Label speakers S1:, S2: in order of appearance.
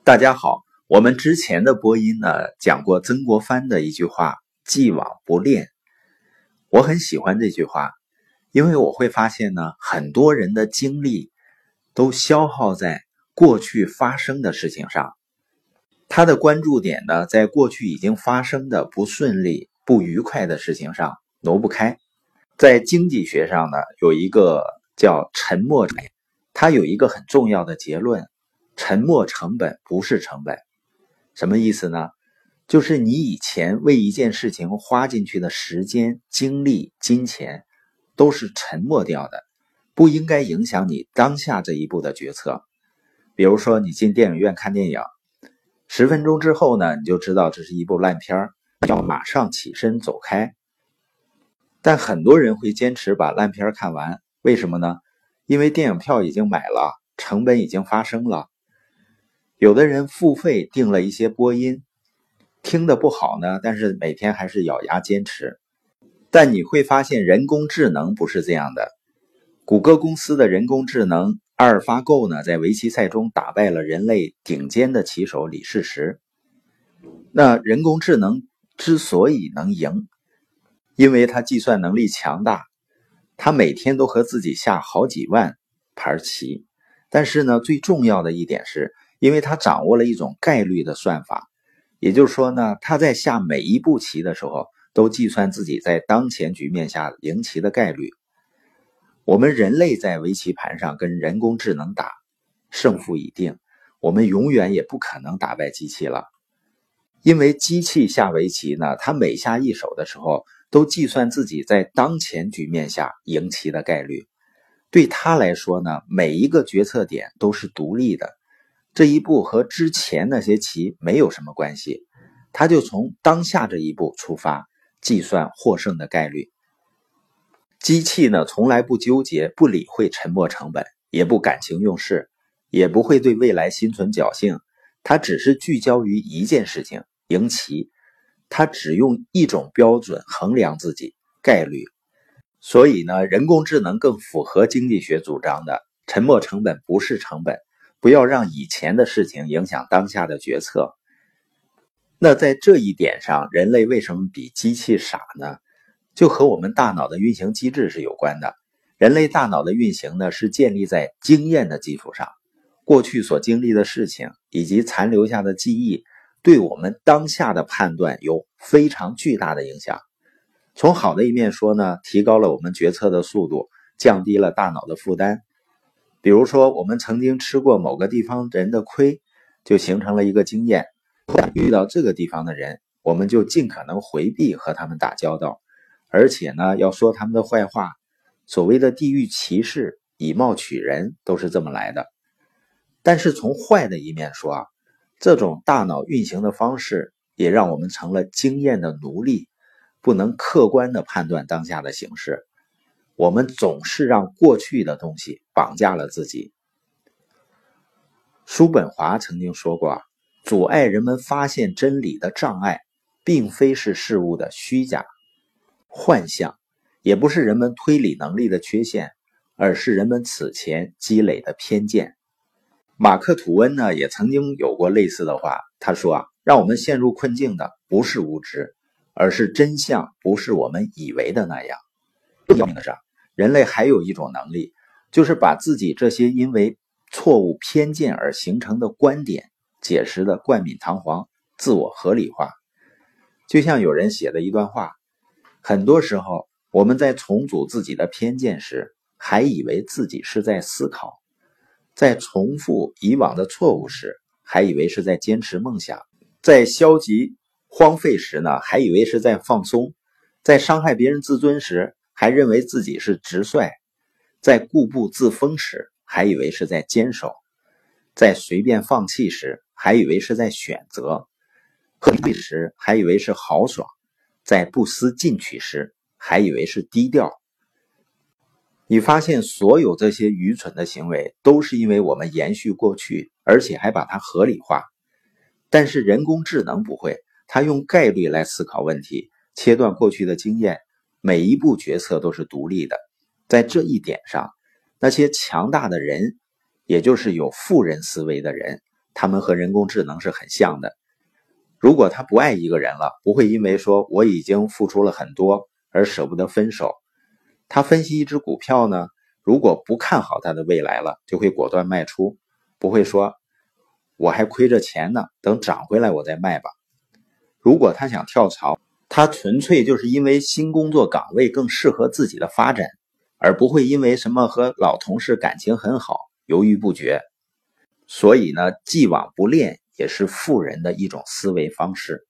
S1: 大家好，我们之前的播音呢讲过曾国藩的一句话，既往不恋。我很喜欢这句话，因为我会发现呢，很多人的精力都消耗在过去发生的事情上，他的关注点呢，在过去已经发生的不顺利、不愉快的事情上挪不开。在经济学上呢，有一个叫沉没成本，它有一个很重要的结论，沉没成本不是成本。什么意思呢？就是你以前为一件事情花进去的时间、精力、金钱都是沉没掉的，不应该影响你当下这一步的决策。比如说你进电影院看电影，10分钟之后呢，你就知道这是一部烂片，要马上起身走开。但很多人会坚持把烂片看完，为什么呢？因为电影票已经买了，成本已经发生了。有的人付费订了一些播音，听得不好呢，但是每天还是咬牙坚持。但你会发现人工智能不是这样的。谷歌公司的人工智能阿尔法狗呢，在围棋赛中打败了人类顶尖的棋手李世石。那人工智能之所以能赢，因为它计算能力强大，它每天都和自己下好几万盘棋。但是呢，最重要的一点是，因为它掌握了一种概率的算法，也就是说呢，他在下每一步棋的时候都计算自己在当前局面下赢棋的概率。我们人类在围棋盘上跟人工智能打，胜负已定，我们永远也不可能打败机器了。因为机器下围棋呢，它每下一手的时候都计算自己在当前局面下赢棋的概率。对他来说呢，每一个决策点都是独立的，这一步和之前那些棋没有什么关系，他就从当下这一步出发，计算获胜的概率。机器呢，从来不纠结，不理会沉没成本，也不感情用事，也不会对未来心存侥幸，它只是聚焦于一件事情，赢棋。它只用一种标准衡量自己，概率。所以呢，人工智能更符合经济学主张的，沉没成本不是成本，不要让以前的事情影响当下的决策。那在这一点上，人类为什么比机器傻呢？就和我们大脑的运行机制是有关的。人类大脑的运行呢，是建立在经验的基础上，过去所经历的事情以及残留下的记忆，对我们当下的判断有非常巨大的影响。从好的一面说呢，提高了我们决策的速度，降低了大脑的负担。比如说，我们曾经吃过某个地方人的亏，就形成了一个经验，遇到这个地方的人，我们就尽可能回避和他们打交道，而且呢，要说他们的坏话。所谓的地域歧视、以貌取人都是这么来的。但是从坏的一面说这种大脑运行的方式也让我们成了经验的奴隶，不能客观地判断当下的形势。我们总是让过去的东西绑架了自己。叔本华曾经说过，阻碍人们发现真理的障碍，并非是事物的虚假、幻象，也不是人们推理能力的缺陷，而是人们此前积累的偏见。马克·吐温呢，也曾经有过类似的话，他说让我们陷入困境的不是无知，而是真相不是我们以为的那样。要命的是，人类还有一种能力，就是把自己这些因为错误偏见而形成的观点解释的冠冕堂皇，自我合理化。就像有人写的一段话，很多时候我们在重组自己的偏见时，还以为自己是在思考；在重复以往的错误时，还以为是在坚持梦想；在消极荒废时呢，还以为是在放松；在伤害别人自尊时，还认为自己是直率；在固步自封时，还以为是在坚守；在随便放弃时，还以为是在选择；喝醉时，还以为是豪爽；在不思进取时，还以为是低调。你发现所有这些愚蠢的行为都是因为我们延续过去，而且还把它合理化。但是人工智能不会，它用概率来思考问题，切断过去的经验，每一步决策都是独立的。在这一点上，那些强大的人，也就是有富人思维的人， 他们和人工智能是很像的。如果他不爱一个人了，不会因为说我已经付出了很多而舍不得分手。他分析一只股票呢，如果不看好它的未来了，就会果断卖出，不会说我还亏着钱呢，等涨回来我再卖吧。如果他想跳槽，他纯粹就是因为新工作岗位更适合自己的发展，而不会因为什么和老同事感情很好犹豫不决。所以呢，既往不恋也是富人的一种思维方式。